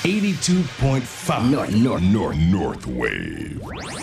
82.5 North Wave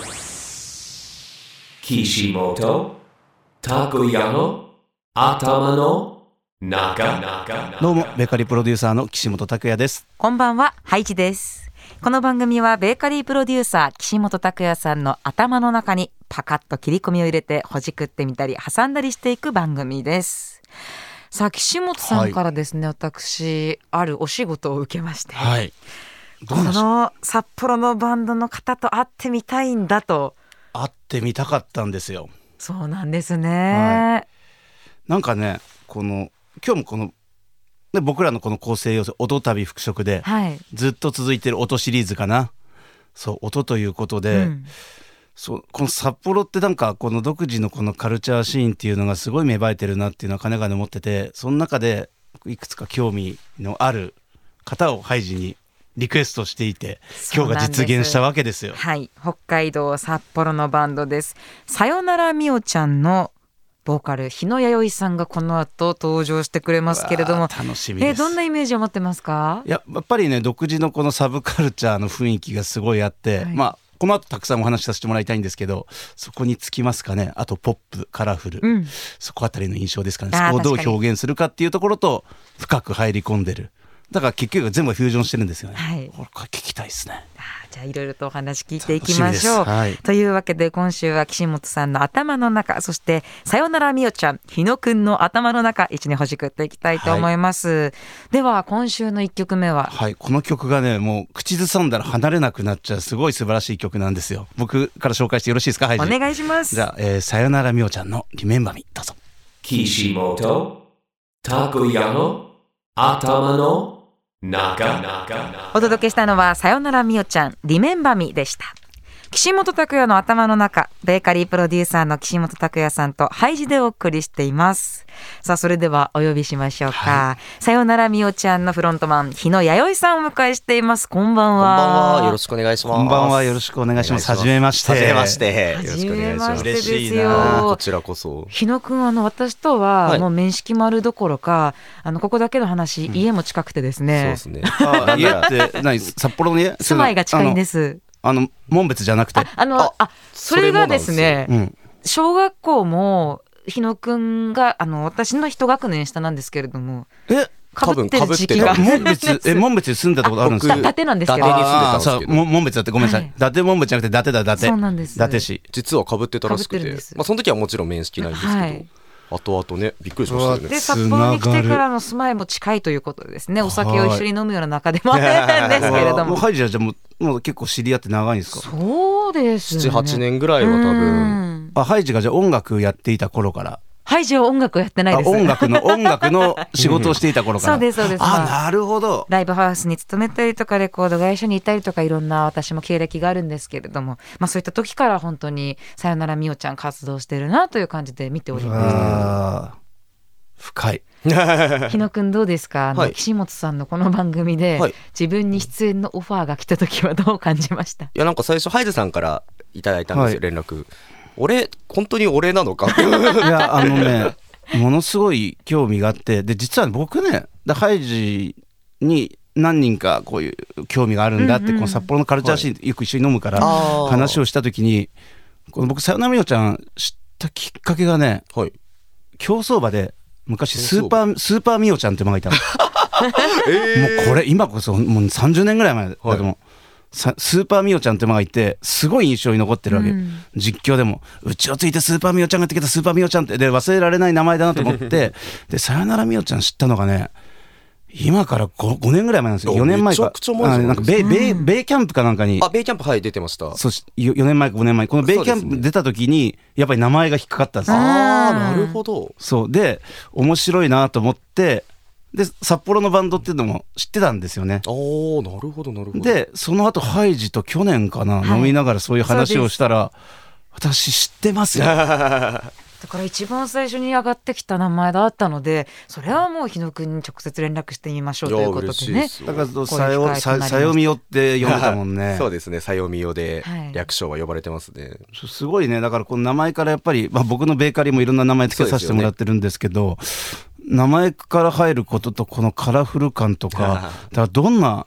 岸本拓也の頭の中。 どうもベーカリープロデューサーの岸本拓也です。 こんばんは、ハイジです。この番組はベーカリープロデューサー岸本拓也さんの頭の中にパカッと切り込みを入れてほじくってみたり挟んだりしていく番組です。さあ岸本さんからですね、私あるお仕事を受けまして、 はい、 この札幌のバンドの方と会ってみたいんだと。 会ってみたかったんですよ。 そうなんですね、 なんかね、今日もこので僕らのこの構成要素音旅復職で、ずっと続いてる音シリーズかな。そう音ということで、そうこの札幌ってなんかこの独自のこのカルチャーシーンっていうのがすごい芽生えてるなっていうのはかねがね思ってて、その中でいくつか興味のある方をハイジにリクエストしていて、今日が実現したわけですよ。 はい、北海道札幌のバンドです。さよならみおちゃんのボーカル日野弥生さんがこの後登場してくれますけれども、 楽しみです。 どんなイメージを持ってますか？ やっぱりね、独自のこのサブカルチャーの雰囲気がすごいあって、この後たくさんお話しさせてもらいたいんですけど、そこにつきますかね。あとポップカラフル、そこあたりの印象ですかね。そこをどう表現するかっていうところと深く入り込んでる。だから結局全部フュージョンしてるんですよね。これ聞きたいですね。 じゃあいろいろとお話聞いていきましょう、というわけで今週は岸本さんの頭の中、そしてさよならみおちゃん日野くんの頭の中、一にほじくっていきたいと思います、では今週の1曲目は、 この曲がね、もう口ずさんだら離れなくなっちゃうすごい素晴らしい曲なんですよ。僕から紹介してよろしいですか？お願いします。 じゃあ、さよならみおちゃんのリメンバーミー、どうぞ。 岸本拓也の頭のお届けしたのはさよならみおちゃんリメンバミでした。岸本拓也の頭の中、ベーカリープロデューサーの岸本拓也さんとハイジでお送りしています。さあそれではお呼びしましょうか、さよならみおちゃんのフロントマン日野弥生さんをお迎えしています。こんばんは。 こんばんは、よろしくお願いします。 こんばんは、よろしくお願いします。はじめまして。 はじめまして、よろしくお願いします。 嬉しいな。 こちらこそ。 日野くん、私とはもう面識もあるどころか、ここだけの話、家も近くてですね。 そうですね。 家って何？札幌の家？ 住まいが近いんです。 門別じゃなくて、 それがですね、小学校も日野くんが私の一学年下なんですけれども、かぶってる時期が門別に住んだことあるんですか？ 伊達なんですけど、 門別だって、ごめんなさい、伊達門別じゃなくて伊達だ、伊達。 そうなんです。 伊達市。 実はかぶってたらしくて、その時はもちろん面識ないんですけど、後々ね、びっくりしましたよね。 で札幌に来てからの住まいも近いということでですね、お酒を一緒に飲むような仲でもあるんですけれども、 ハイジはじゃあもう結構知り合って長いんですか？ そうですね、 7,8 年ぐらいは多分。 ハイジがじゃあ音楽やっていた頃から。 ハイジは音楽やってないです。 音楽の仕事をしていた頃から。 そうですそうです。 なるほど。 ライブハウスに勤めたりとかレコード会社にいたりとか、いろんな私も経歴があるんですけれども、そういった時から本当にさよならみおちゃん活動してるなという感じで見ております。 深い。 日野くんどうですか？岸本さんのこの番組で、自分に出演のオファーが来た時はどう感じました？ いや、なんか最初ハイズさんからいただいたんですよ、連絡。本当に俺なのか？いや、ものすごい興味があって、で実は僕ね、ハイジに何人かこういう興味があるんだって、この札幌のカルチャーシーンよく一緒に飲むから話をした時に、この僕さよならみおちゃん知ったきっかけがね、競走馬で昔スーパーみおちゃんって馬がいたの。もうこれ今こそもう30年ぐらい前だと思う。スーパーみおちゃんって馬がいて、すごい印象に残ってるわけ、実況でもうちをついてスーパーみおちゃんがやってきた、スーパーみおちゃんって、で忘れられない名前だなと思ってでさよならみおちゃん知ったのがね、今から 5年ぐらい前なんですよ。4年前か。 めちゃくちゃ前です。 なんかベイキャンプかなんかに。 ベイキャンプ出てました。 そう、4年前か5年前、このベイキャンプ出た時にやっぱり名前が引っかかったんですよ。 なるほど。 そうで面白いなと思って、で札幌のバンドっていうのも知ってたんですよね。 なるほどなるほど。 でその後ハイジと去年かな、飲みながらそういう話をしたら、私知ってますよ。 だから一番最初に上がってきた名前だったので、それはもう日野くんに直接連絡してみましょうということでね。 だからさよみよって呼んでたもんね。 そうですね、さよみよで略称は呼ばれてますね。 すごいね。だからこの名前からやっぱり、僕のベーカリーもいろんな名前つけさせてもらってるんですけど、名前から入ることとこのカラフル感とか、だからどんな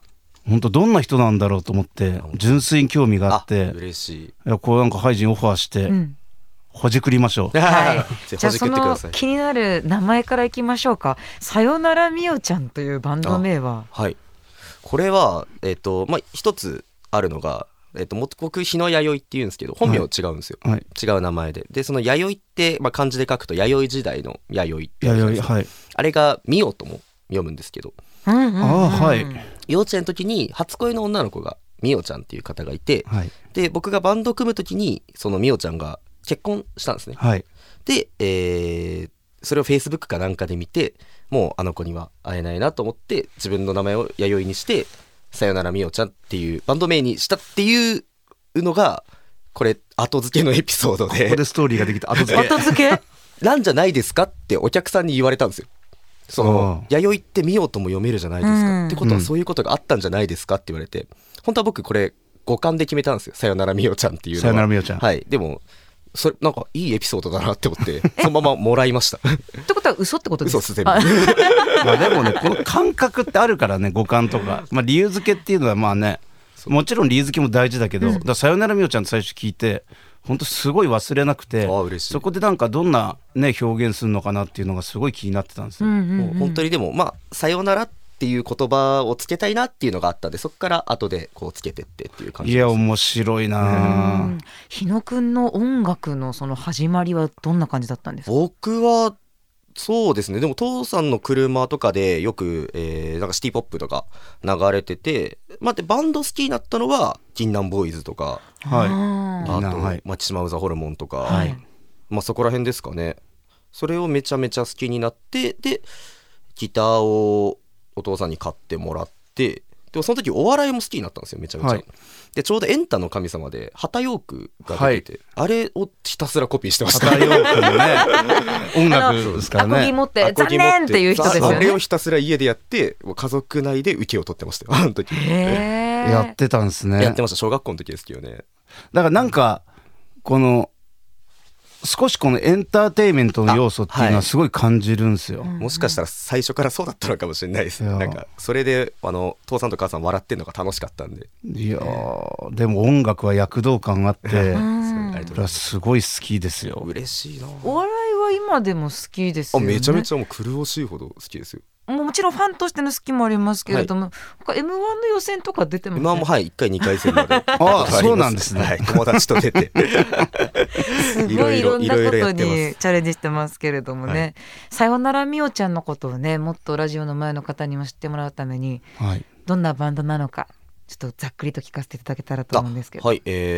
本当どんな人なんだろうと思って純粋に興味があって、 嬉しい。 いやこうなんかハイジにオファーして、ほじくりましょう。 はい、 じゃあその気になる名前からいきましょうか。さよならみおちゃんというバンド名は。 はい、これは一つあるのが、僕日野弥生っていうんですけど本名違うんですよ、はい、違う名前でその弥生って、漢字で書くと弥生時代の弥生ってやつなんですよ、はい、あれがみおとも読むんですけど、 はい、 幼稚園の時に初恋の女の子がみおちゃんっていう方がいて、はい、で僕がバンド組む時にそのみおちゃんが結婚したんですね、はい、で、それをフェイスブックかなんかで見てもうあの子には会えないなと思って自分の名前を弥生にしてさよならみおちゃんっていうバンド名にしたっていうのがこれ後付けのエピソードでここでストーリーができた後付けなんじゃないですかってお客さんに言われたんですよ。その弥生ってみおとも読めるじゃないですか、ってことはそういうことがあったんじゃないですかって言われて、本当は僕これ五感で決めたんですよ、さよならみおちゃんっていうのは。 さよならみおちゃん、 はい、でもそれなんかいいエピソードだなって思ってそのままもらいましたってことは嘘ってことですか？ 嘘全部まあでもねこの感覚ってあるからね、五感とか、理由付けっていうのはまあねもちろん理由付けも大事だけど、だからさよならみおちゃんって最初聞いて本当すごい忘れなくて、そこでなんかどんな、ね、表現するのかなっていうのがすごい気になってたんですよ、 もう本当にでもさよならっていう言葉をつけたいなっていうのがあったんで、そこから後でこうつけてってっていう感じです。 いや面白いな。 日野くんの音楽のその始まりはどんな感じだったんですか？ 僕はそうですね、でも父さんの車とかでよく、なんかシティポップとか流れてて、でバンド好きになったのは銀杏ボーイズとか、 はい、 あと、松島ウザホルモンとか、はい、そこら辺ですかね。それをめちゃめちゃ好きになって、でギターをお父さんに買ってもらって、でもその時お笑いも好きになったんですよめちゃめちゃ、はい、でちょうどエンタの神様で畑陽区が出てて、あれをひたすらコピーしてました。 畑陽区のね音楽ですからね、 アコギ持って残念っていう人ですよね。 あれをひたすら家でやって家族内で受けを取ってましたよあの時。 やってたんですね。 やってました、小学校の時ですけどね。 だからなんかこの少しこのエンターテインメントの要素っていうのはすごい感じるんですよ、 もしかしたら最初からそうだったのかもしれないです。なんかそれで父さんと母さん笑ってるのが楽しかったんで。 いやでも音楽は躍動感があってそれはすごい好きですよ。 嬉しいな。 お笑いは今でも好きですよね。 めちゃめちゃもう苦しいほど好きですよ。 もちろんファンとしての好きもありますけれども、他 M1 の予選とか出てますね。 今も1回2回戦までそうなんですね、 はい、友達と出てすごいいろんなことにチャレンジしてますけれどもね、はい、さよならみおちゃんのことをねもっとラジオの前の方にも知ってもらうために、はい、どんなバンドなのかちょっとざっくりと聞かせていただけたらと思うんですけど。 はい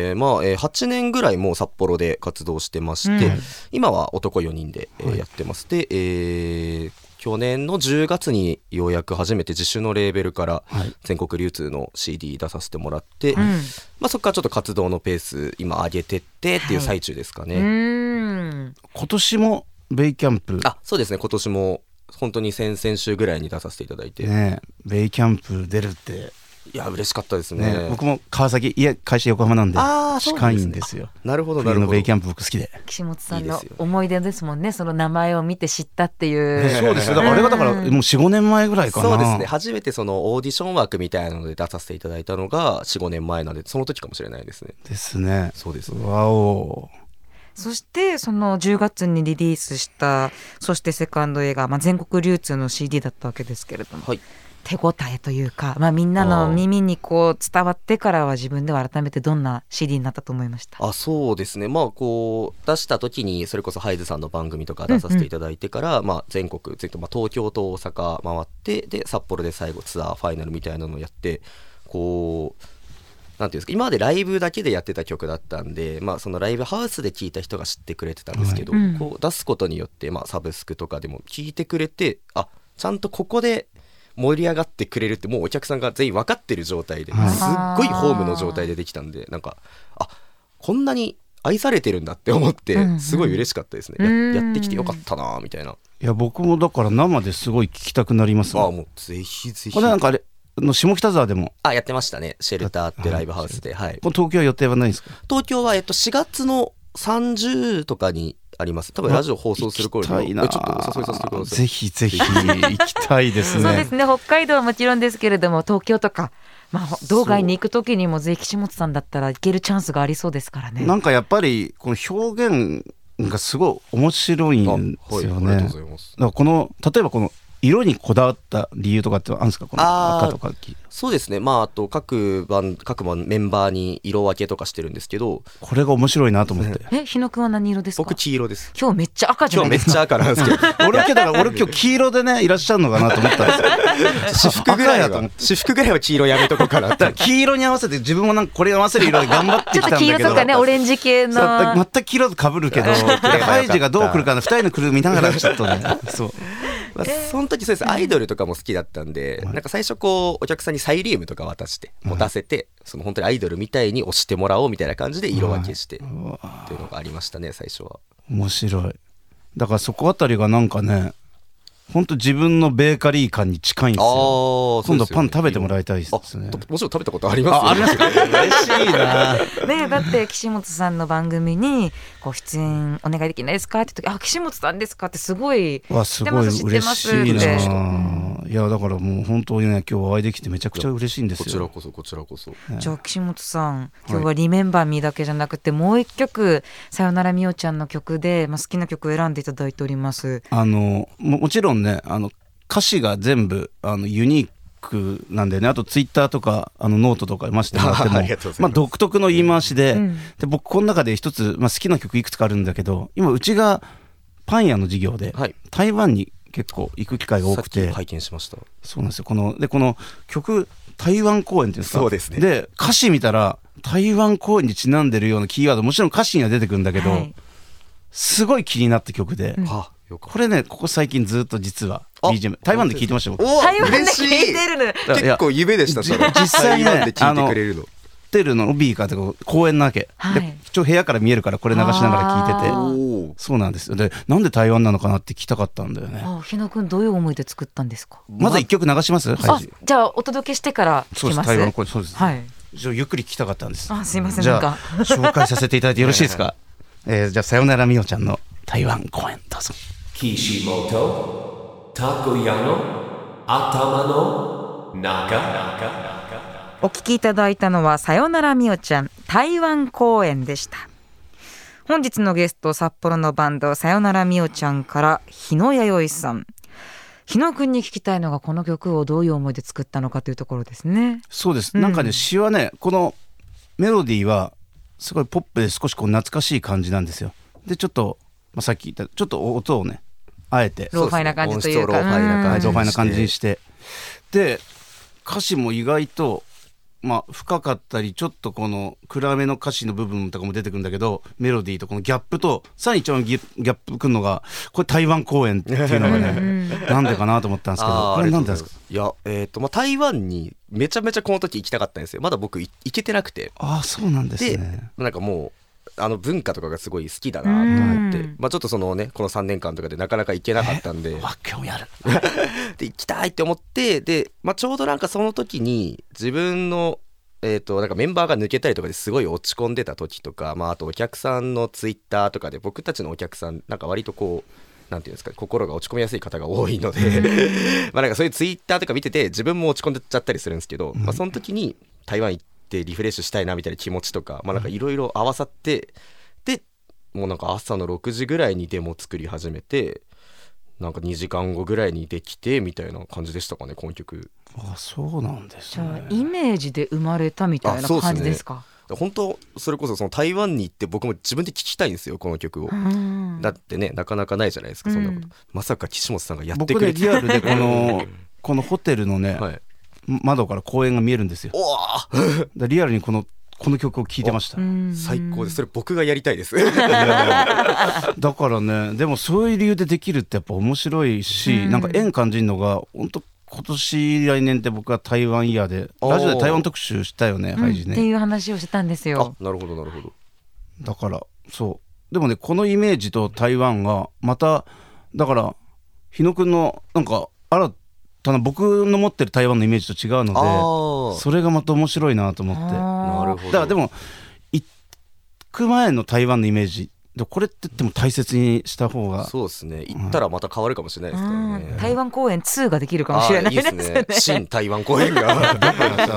、8年ぐらいもう札幌で活動してまして、今は男4人で、やってます。で、去年の10月にようやく初めて自主のレーベルから全国流通の CD 出させてもらって、そこからちょっと活動のペース今上げてってっていう最中ですかね、 今年もベイキャンプ。 そうですね、今年も本当に先々週ぐらいに出させていただいて、 ベイキャンプ出るっていや嬉しかったです ね。 僕も川崎会社横浜なんで近いんですよ。 なるほどなるほど。 冬のベイキャンプ僕好きで。 岸本さんの思い出ですもんね、その名前を見て知ったっていう、 そうですよ。だからあれがもう 4,5 年前ぐらいかな。 そうですね、初めてそのオーディション枠みたいなので出させていただいたのが 4,5 年前なのでその時かもしれないですね。 ですね。 そうですね。 わお。 そしてその10月にリリースしたそしてセカンド映画、全国流通の CD だったわけですけれども、はい、手応えというか、みんなの耳にこう伝わってからは自分では改めてどんな CD になったと思いました？ そうですね、こう出した時にそれこそハイズさんの番組とか出させていただいてから、全国東京と大阪回って、で札幌で最後ツアーファイナルみたいなのをやって、こうなんていうんですか、今までライブだけでやってた曲だったんで、そのライブハウスで聴いた人が知ってくれてたんですけど、こう出すことによって、サブスクとかでも聴いてくれて、ちゃんとここで盛り上がってくれるってもうお客さんが全員分かってる状態で、すっごいホームの状態でできたんで、なんかこんなに愛されてるんだって思ってすごい嬉しかったですね、やってきてよかったなみたいな。 いや僕もだから生ですごい聞きたくなりますね。 もうぜひぜひ。 これなんかあれの下北沢でもやってましたね、シェルターってライブハウスで、はい、 東京は予定はないんですか？ 東京は4月の30とかにあります。多分ラジオ放送する頃にちょっとお誘いさせてください。 ぜひぜひ行きたいですね。 そうですね、北海道はもちろんですけれども東京とかまあ道外に行く時にもぜひ岸本さんだったら行けるチャンスがありそうですからね。 なんかやっぱりこの表現がすごい面白いんですよね。 ありがとうございます。 だから例えばこの色にこだわった理由とかってあるんですか？この赤とかそうですね。あと各メンバーに色分けとかしてるんですけど、 これが面白いなと思って日野くんは何色ですか？ 僕黄色です。 今日めっちゃ赤じゃないですか。 今日めっちゃ赤なんですけど俺今日黄色でねいらっしゃるのかなと思ったんですよ。 私服ぐらいは黄色やめとこうかなって。 黄色に合わせて自分もなんかこれに合わせる色で頑張ってきたんだけど、 ちょっと黄色とかねオレンジ系の全く黄色と被るけどハイジがどう来るかな、2人の来る見ながらちょっとねそうその時そうです。アイドルとかも好きだったんで、なんか最初こうお客さんにサイリウムとか渡して持たせて、その本当にアイドルみたいに押してもらおうみたいな感じで色分けしてっていうのがありましたね、最初は。面白い。だからそこあたりがなんかね、本当自分のベーカリー感に近いんですよ。今度パン食べてもらいたいですね。 もちろん食べたことありますよ。 ありますか？嬉しいな。 ね、だって岸本さんの番組にこう出演お願いできないですかって時、岸本さんですかってすごいすごい嬉しいな。いやだからもう本当にね今日お会いできてめちゃくちゃ嬉しいんですよ。 こちらこそ。 じゃあ岸本さん今日はリメンバーミーだけじゃなくて、もう一曲さよならみおちゃんの曲で、好きな曲を選んでいただいております。 もちろんね歌詞が全部ユニークなんでね、あとツイッターとかノートとかましてもらっても独特の言い回しで、で僕この中で一つ、好きな曲いくつかあるんだけど、今うちがパン屋の授業で、台湾に結構行く機会が多くて、 さっき拝見しました。 そうなんですよ。この曲台湾公演っていうんですか。 そうですね。 で歌詞見たら台湾公演にちなんでるようなキーワードもちろん歌詞には出てくるんだけど、すごい気になった曲で、これねここ最近ずっと実は BGM 台湾で聞いてましたよ。 台湾で聞いてるの結構夢でした。 実際にね台湾で聞いてくれるの。 ホテルのロビーかとか公園なわけ、で部屋から見えるからこれ流しながら聞いてて、そうなんですよ。でなんで台湾なのかなって聞きたかったんだよね。 日野くんどういう思いで作ったんですか？ まず一曲流します。 じゃあお届けしてから聞きます。 台湾これそうです。ゆっくり聞きたかったんです。 すいません。 じゃあ紹介させていただいてよろしいですか？じゃあさよならみおちゃんの台湾公演どうぞ。 岸本拓也の頭の中。 お聞きいただいたのはさよならみおちゃん台湾公演でした。本日のゲスト、札幌のバンドさよならみおちゃんから日野弥生さん。日野くんに聞きたいのがこの曲をどういう思いで作ったのかというところですね。 そうです、なんかね詩はねこのメロディーはすごいポップで少しこう懐かしい感じなんですよ。でちょっと、さっき言ったちょっと音をねあえてローファイな感じというか、 ローファイな感じにして、で歌詞も意外と深かったりちょっとこの暗めの歌詞の部分とかも出てくるんだけど、メロディーとこのギャップとさらに一番ギャップくるのがこれ台湾公演っていうのがねなんでかなと思ったんですけど、これなんでですか？ いや台湾にめちゃめちゃこの時行きたかったんですよ。まだ僕行けてなくて。 そうなんですね。 でなんかもう文化とかがすごい好きだなと思って、ちょっとそのねこの3年間とかでなかなか行けなかったんで興味あるで行きたいって思って、で、ちょうどなんかその時に自分のなんかメンバーが抜けたりとかですごい落ち込んでた時とか、あとお客さんのツイッターとかで僕たちのお客さんなんか割とこうなんていうんですか、心が落ち込みやすい方が多いのでなんかそういうツイッターとか見てて自分も落ち込んでっちゃったりするんですけど、その時に台湾行ってリフレッシュしたいなみたいな気持ちとか、なんかいろいろ合わさって、でもうなんか朝の6時ぐらいにデモ作り始めて、なんか2時間後ぐらいにできてみたいな感じでしたかね、この曲。 そうなんですね。 じゃあイメージで生まれたみたいな感じですか？ 本当それこそその台湾に行って僕も自分で聞きたいんですよこの曲を。だってねなかなかないじゃないですか、そんなこと。まさか岸本さんがやってくれて。 僕ねリアルでこのホテルのね、窓から公園が見えるんですよ。リアルにこの曲を聴いてました。 最高です。それ僕がやりたいですだからね、でもそういう理由でできるってやっぱ面白いし、なんか縁感じるのが本当今年来年って僕は台湾イヤーでラジオで台湾特集したよね、ハイジね、 っていう話をしてたんですよ。 なるほどなるほど。 だからそうでもねこのイメージと台湾がまただから日野くんのなんか新たな僕の持ってる台湾のイメージと違うので、それがまた面白いなと思って。 なるほど。 だからでも行く前の台湾のイメージこれって言っても大切にした方が。 そうですね。行ったらまた変わるかもしれないですからね。 台湾公演2ができるかもしれないですね。 新台湾公演がだからさ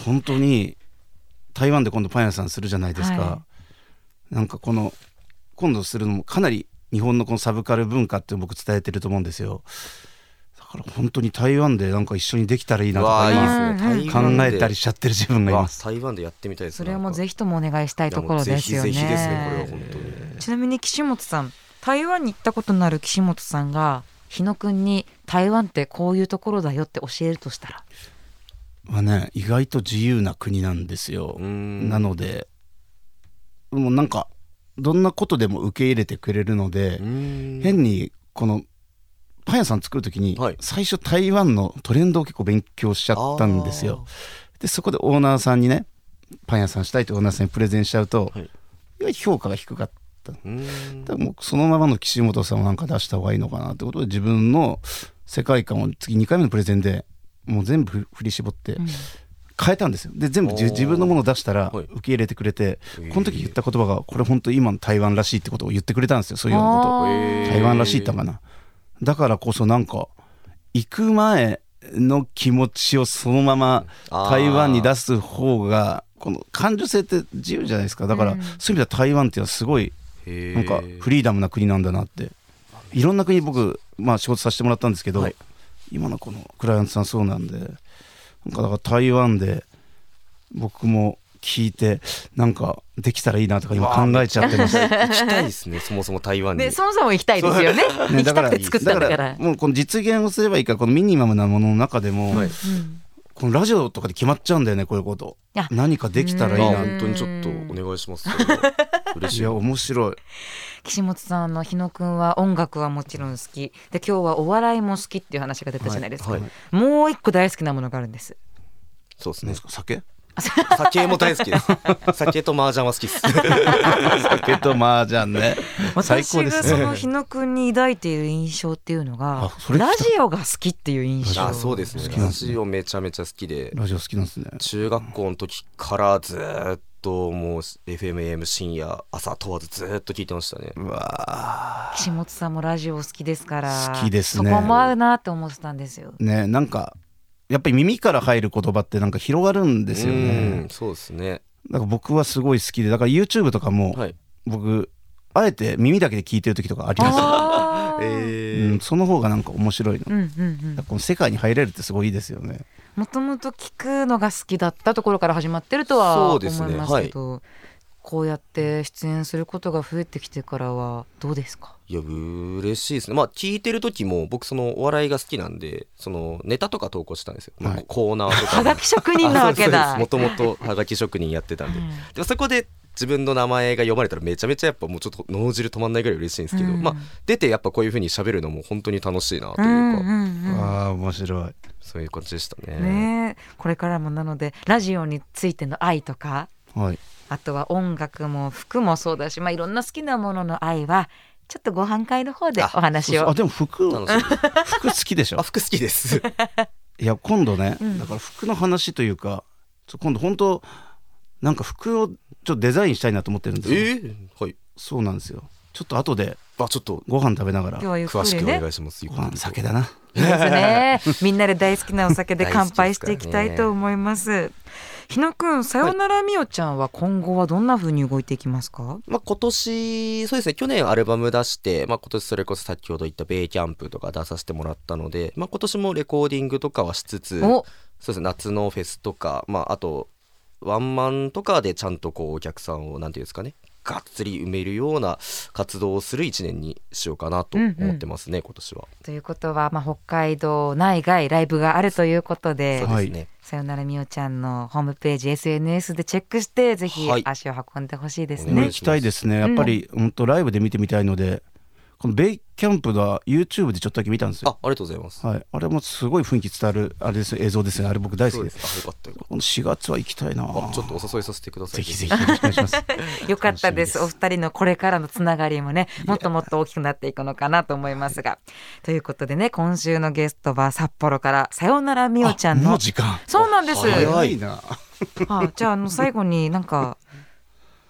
本当に台湾で今度パン屋さんするじゃないですか、 はなんかこの今度するのもかなり日本のこのサブカル文化って僕伝えてると思うんですよ。だから本当に台湾でなんか一緒にできたらいいなとかいい今ですね。 考えたりしちゃってる自分がいます。 台湾でやってみたいですね。 それはもうぜひともお願いしたいところですよね。 ぜひぜひですね、これは本当に。 ちなみに岸本さん、台湾に行ったことのある岸本さんが日野くんに台湾ってこういうところだよって教えるとしたら。 まあね、意外と自由な国なんですよ。なのでもうなんかどんなことでも受け入れてくれるので、変にこのパン屋さん作る時に最初台湾のトレンドを結構勉強しちゃったんですよ。でそこでオーナーさんにね、パン屋さんしたいとオーナーさんにプレゼンしちゃうと、意外と評価が低かった。だからもうそのままの岸本さんをなんか出した方がいいのかなってことで、自分の世界観を次2回目のプレゼンでもう全部振り絞って変えたんですよ。で全部自分のものを出したら受け入れてくれて、この時言った言葉がこれ本当今の台湾らしいってことを言ってくれたんですよ。そういうようなこと台湾らしいって言ったかな。だからこそなんか行く前の気持ちをそのまま台湾に出す方がこの感受性って自由じゃないですか。だからそういう意味では台湾っていうのはすごいなんかフリーダムな国なんだなって。いろんな国僕、仕事させてもらったんですけど、今のこのクライアントさんそうなんで、なんかだから台湾で僕も聞いてなんかできたらいいなとか今考えちゃってます。 行きたいですね。そもそも台湾に。 でそもそも行きたいですよね。行きたくて作ったんだから。 もうこの実現をすればいいから、このミニマムなものの中でも、このラジオとかで決まっちゃうんだよね、こういうこと。何かできたらいいな。 本当にちょっとお願いします。嬉しい。 いや面白い。 岸本さんの日野くんは音楽はもちろん好きで、今日はお笑いも好きっていう話が出たじゃないですか、もう一個大好きなものがあるんです。 そうですね。 酒も大好きです。酒と麻雀は好きです。 酒と麻雀ね。最高ですね。 私がその日野くんに抱いている印象っていうのがラジオが好きっていう印象。 そうですね。ラジオめちゃめちゃ好きで、 ラジオ好きなんですね。 中学校の時からずっともう FM、AM 深夜朝問わずずっと聞いてましたね。 うわ、 岸本さんもラジオ好きですから。 好きですね。 そこも合うなって思ってたんですよね。なんかやっぱり耳から入る言葉ってなんか広がるんですよね。 そうですね。 だから僕はすごい好きで、だから YouTube とかも僕あえて耳だけで聞いてる時とかありますよ。その方がなんか面白いの。この世界に入れるってすごいいいですよね。 もともと聞くのが好きだったところから始まってるとは思いますけど、こうやって出演することが増えてきてからはどうですか？ いや嬉しいですね。聞いてる時も僕そのお笑いが好きなんで、そのネタとか投稿してたんですよ、コーナーとか。 はがき職人なわけだ。 もともとはがき職人やってたんで、でもそこで自分の名前が読まれたらめちゃめちゃやっぱもうちょっと脳汁止まんないぐらい嬉しいんですけど、出てやっぱこういう風に喋るのも本当に楽しいなというか、 面白い。 そういう感じでしたね。 これからもなのでラジオについての愛とか、あとは音楽も服もそうだし、いろんな好きなものの愛はちょっとご飯会の方でお話を。 でも服好きでしょ？ 服好きです。 いや今度ね、だから服の話というか、今度本当なんか服をちょっとデザインしたいなと思ってるんですよ。そうなんですよ。ちょっと後でちょっとご飯食べながら詳しくお願いします。 ご飯酒だな。 ですね。みんなで大好きなお酒で乾杯していきたいと思います。日野くん、さよならみおちゃんは今後はどんな風に動いていきますか？ 今年そうですね、去年アルバム出して、今年それこそ先ほど言ったベイキャンプとか出させてもらったので、今年もレコーディングとかはしつつ、そうですね、夏のフェスとか、あとワンマンとかでちゃんとこうお客さんをなんていうんですかね、がっつり埋めるような活動をする1年にしようかなと思ってますね、今年は。 ということは、北海道内外ライブがあるということで、 そうですね、 さよならみおちゃんのホームページ SNS でチェックしてぜひ足を運んでほしいですね。 行きたいですね。やっぱり本当ライブで見てみたいので、このベイキャンプが YouTube でちょっとだけ見たんですよ。 ありがとうございます。 あれもすごい雰囲気伝わるあれです映像ですね。あれ僕大好きです。 よかったよかった。 この4月は行きたいな。 ちょっとお誘いさせてください。 ぜひぜひよろしくお願いします。 よかったです。お二人のこれからのつながりもね、もっともっと大きくなっていくのかなと思いますが、ということでね、今週のゲストは札幌からさよならみおちゃんの。 もう時間。 そうなんです。 早いな。 じゃあ最後になんか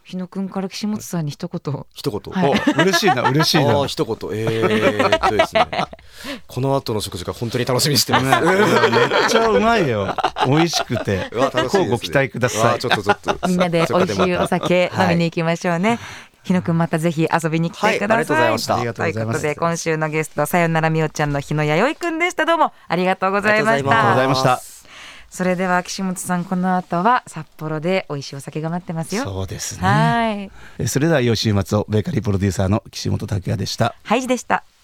日野くんから岸本さんに一言。 一言、 はいお嬉しいな嬉しいな。 一言ですねこの後の食事が本当に楽しみにしてます、 ねめっちゃうまいよ。美味しくて。 うわ楽しみですねこうご期待ください。 ちょっとみんなで美味しいお酒飲みに行きましょうね。日野くんまたぜひ遊びに来てください。 はいありがとうございましたありがとうございますということで今週のゲストさよならみおちゃんの日野弥生くんでした。どうもありがとうございましありがとうございた。 ますありがとうございました。 それでは岸本さんこの後は札幌で美味しいお酒が待ってますよ。 そうですね。 はい。 それでは良い週末を。ベーカリープロデューサーの岸本拓也でした。 ハイジでした。